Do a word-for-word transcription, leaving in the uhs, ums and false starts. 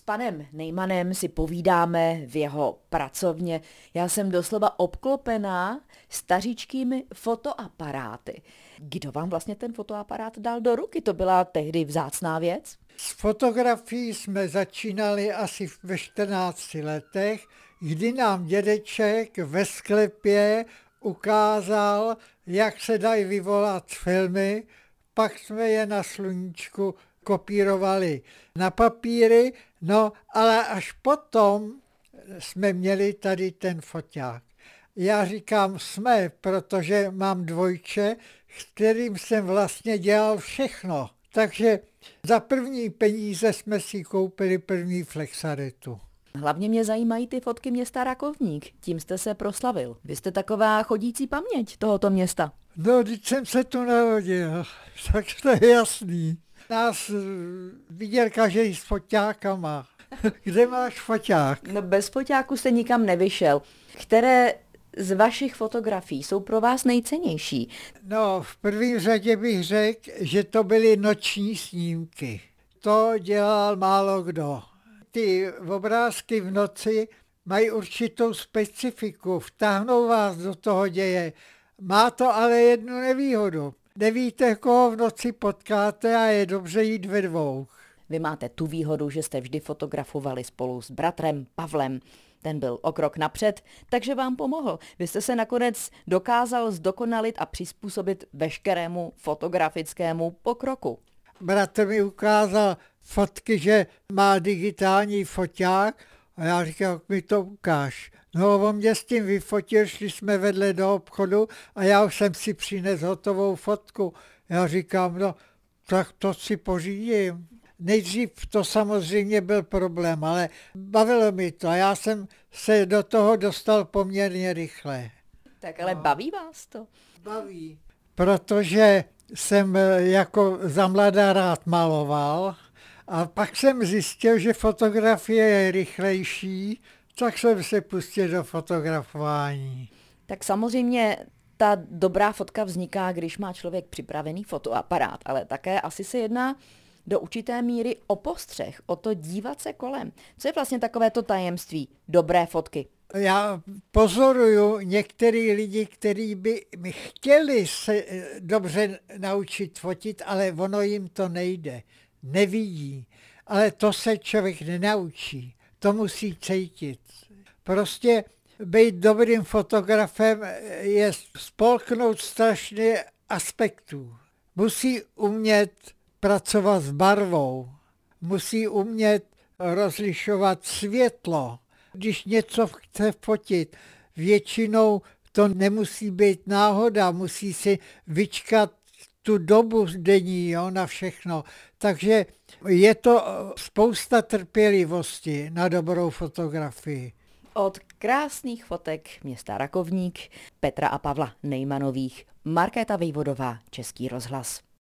panem Nejmanem si povídáme v jeho pracovně. Já jsem doslova obklopená stařičkými fotoaparáty. Kdo vám vlastně ten fotoaparát dal do ruky? To byla tehdy vzácná věc? S fotografií jsme začínali asi ve čtrnácti letech, kdy nám dědeček ve sklepě ukázal, jak se dají vyvolat filmy, pak jsme je na sluníčku kopírovali na papíry, no ale až potom jsme měli tady ten foťák. Já říkám jsme, protože mám dvojče, s kterým jsem vlastně dělal všechno. Takže za první peníze jsme si koupili první flexaretu. Hlavně mě zajímají ty fotky města Rakovník. Tím jste se proslavil. Vy jste taková chodící paměť tohoto města. No, když jsem se tu narodil, tak to je jasný. Nás viděl každý s foťákama. Kde máš foťák? No bez foťáku jste nikam nevyšel. Které z vašich fotografií jsou pro vás nejcennější? No, v první řadě bych řekl, že to byly noční snímky. To dělal málo kdo. Ty obrázky v noci mají určitou specifiku, vtáhnou vás do toho děje. Má to ale jednu nevýhodu. Nevíte, koho v noci potkáte a je dobře jít ve dvou. Vy máte tu výhodu, že jste vždy fotografovali spolu s bratrem Pavlem. Ten byl o krok napřed, takže vám pomohl. Vy jste se nakonec dokázal zdokonalit a přizpůsobit veškerému fotografickému pokroku. Bratr mi ukázal fotky, že má digitální foťák a já říkal, mi to ukáž. No, on mě s tím vyfotil, šli jsme vedle do obchodu a já už jsem si přinesl hotovou fotku. Já říkám, no, tak to si pořídím. Nejdřív to samozřejmě byl problém, ale bavilo mi to a já jsem se do toho dostal poměrně rychle. Tak ale baví vás to? Baví. Protože jsem jako za mladá rád maloval a pak jsem zjistil, že fotografie je rychlejší, tak jsem se pustil do fotografování. Tak samozřejmě ta dobrá fotka vzniká, když má člověk připravený fotoaparát, ale také asi se jedná do určité míry o postřeh, o to dívat se kolem. Co je vlastně takové to tajemství dobré fotky? Já pozoruju některý lidi, kteří by mi chtěli se dobře naučit fotit, ale ono jim to nejde. Nevidí. Ale to se člověk nenaučí. To musí cítit. Prostě být dobrým fotografem je spolknout strašně aspektů. Musí umět pracovat s barvou, musí umět rozlišovat světlo. Když něco chce fotit, většinou to nemusí být náhoda, musí si vyčkat tu dobu denní, jo, na všechno. Takže je to spousta trpělivosti na dobrou fotografii. Od krásných fotek města Rakovník, Petra a Pavla Nejmanových, Markéta Vejvodová, Český rozhlas.